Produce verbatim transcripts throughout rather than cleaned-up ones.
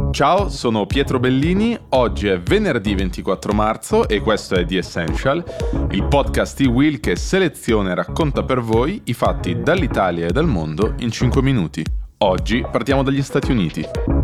Ciao, sono Pietro Bellini, oggi è venerdì ventiquattro marzo e questo è The Essential, il podcast di Will che seleziona e racconta per voi i fatti dall'Italia e dal mondo in cinque minuti. Oggi partiamo dagli Stati Uniti.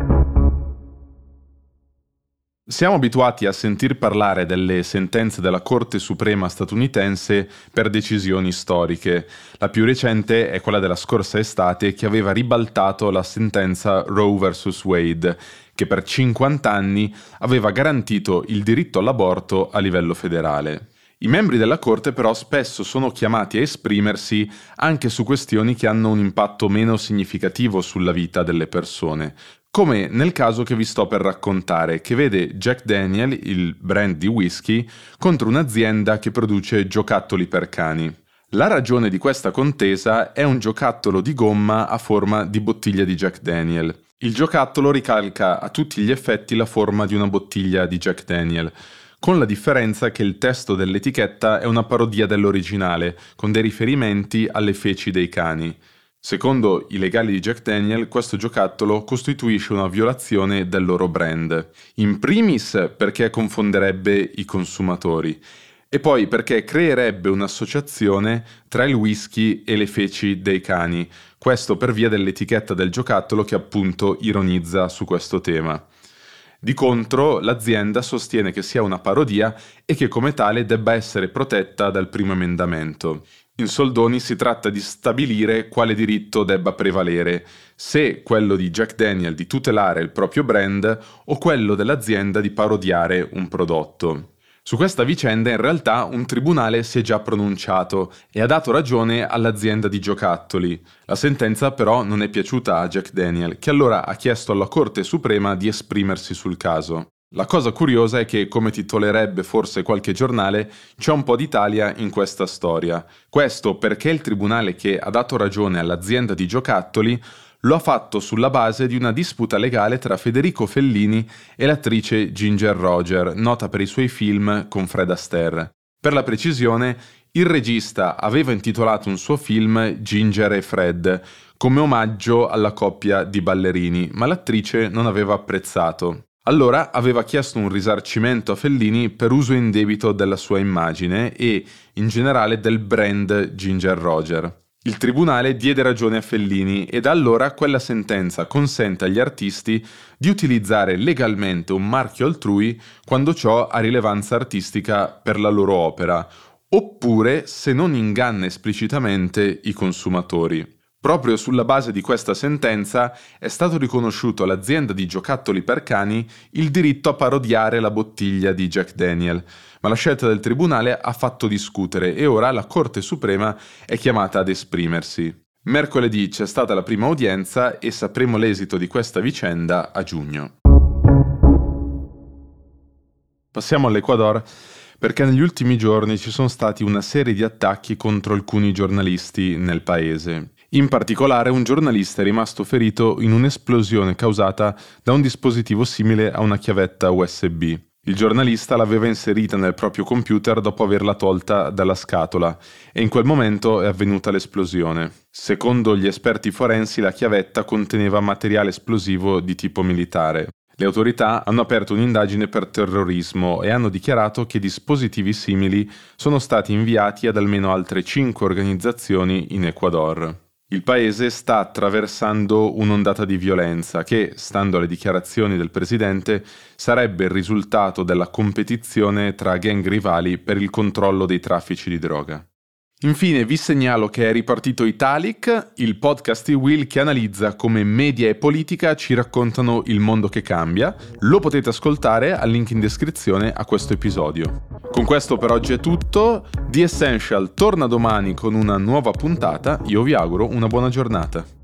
Siamo abituati a sentir parlare delle sentenze della Corte Suprema statunitense per decisioni storiche. La più recente è quella della scorsa estate che aveva ribaltato la sentenza Roe versus Wade, che per cinquanta anni aveva garantito il diritto all'aborto a livello federale. I membri della Corte però spesso sono chiamati a esprimersi anche su questioni che hanno un impatto meno significativo sulla vita delle persone, come nel caso che vi sto per raccontare, che vede Jack Daniel, il brand di whisky, contro un'azienda che produce giocattoli per cani. La ragione di questa contesa è un giocattolo di gomma a forma di bottiglia di Jack Daniel. Il giocattolo ricalca a tutti gli effetti la forma di una bottiglia di Jack Daniel, con la differenza che il testo dell'etichetta è una parodia dell'originale, con dei riferimenti alle feci dei cani. Secondo i legali di Jack Daniel, questo giocattolo costituisce una violazione del loro brand. In primis perché confonderebbe i consumatori e poi perché creerebbe un'associazione tra il whisky e le feci dei cani, questo per via dell'etichetta del giocattolo che appunto ironizza su questo tema. Di contro, l'azienda sostiene che sia una parodia e che come tale debba essere protetta dal primo emendamento. In soldoni si tratta di stabilire quale diritto debba prevalere, se quello di Jack Daniel di tutelare il proprio brand o quello dell'azienda di parodiare un prodotto. Su questa vicenda in realtà un tribunale si è già pronunciato e ha dato ragione all'azienda di giocattoli. La sentenza però non è piaciuta a Jack Daniel, che allora ha chiesto alla Corte Suprema di esprimersi sul caso. La cosa curiosa è che, come titolerebbe forse qualche giornale, c'è un po' d'Italia in questa storia. Questo perché il tribunale che ha dato ragione all'azienda di giocattoli lo ha fatto sulla base di una disputa legale tra Federico Fellini e l'attrice Ginger Roger, nota per i suoi film con Fred Astaire. Per la precisione, il regista aveva intitolato un suo film Ginger e Fred, come omaggio alla coppia di ballerini, ma l'attrice non aveva apprezzato. Allora aveva chiesto un risarcimento a Fellini per uso indebito della sua immagine e, in generale, del brand Ginger Roger. Il tribunale diede ragione a Fellini e da allora quella sentenza consente agli artisti di utilizzare legalmente un marchio altrui quando ciò ha rilevanza artistica per la loro opera, oppure se non inganna esplicitamente i consumatori. Proprio sulla base di questa sentenza è stato riconosciuto all'azienda di giocattoli per cani il diritto a parodiare la bottiglia di Jack Daniel, ma la scelta del tribunale ha fatto discutere e ora la Corte Suprema è chiamata ad esprimersi. Mercoledì c'è stata la prima udienza e sapremo l'esito di questa vicenda a giugno. Passiamo all'Ecuador, perché negli ultimi giorni ci sono stati una serie di attacchi contro alcuni giornalisti nel paese. In particolare un giornalista è rimasto ferito in un'esplosione causata da un dispositivo simile a una chiavetta U S B. Il giornalista l'aveva inserita nel proprio computer dopo averla tolta dalla scatola e in quel momento è avvenuta l'esplosione. Secondo gli esperti forensi la chiavetta conteneva materiale esplosivo di tipo militare. Le autorità hanno aperto un'indagine per terrorismo e hanno dichiarato che dispositivi simili sono stati inviati ad almeno altre cinque organizzazioni in Ecuador. Il paese sta attraversando un'ondata di violenza che, stando alle dichiarazioni del presidente, sarebbe il risultato della competizione tra gang rivali per il controllo dei traffici di droga. Infine vi segnalo che è ripartito Italic, il podcast di Will che analizza come media e politica ci raccontano il mondo che cambia. Lo potete ascoltare al link in descrizione a questo episodio. Con questo per oggi è tutto. The Essential torna domani con una nuova puntata. Io vi auguro una buona giornata.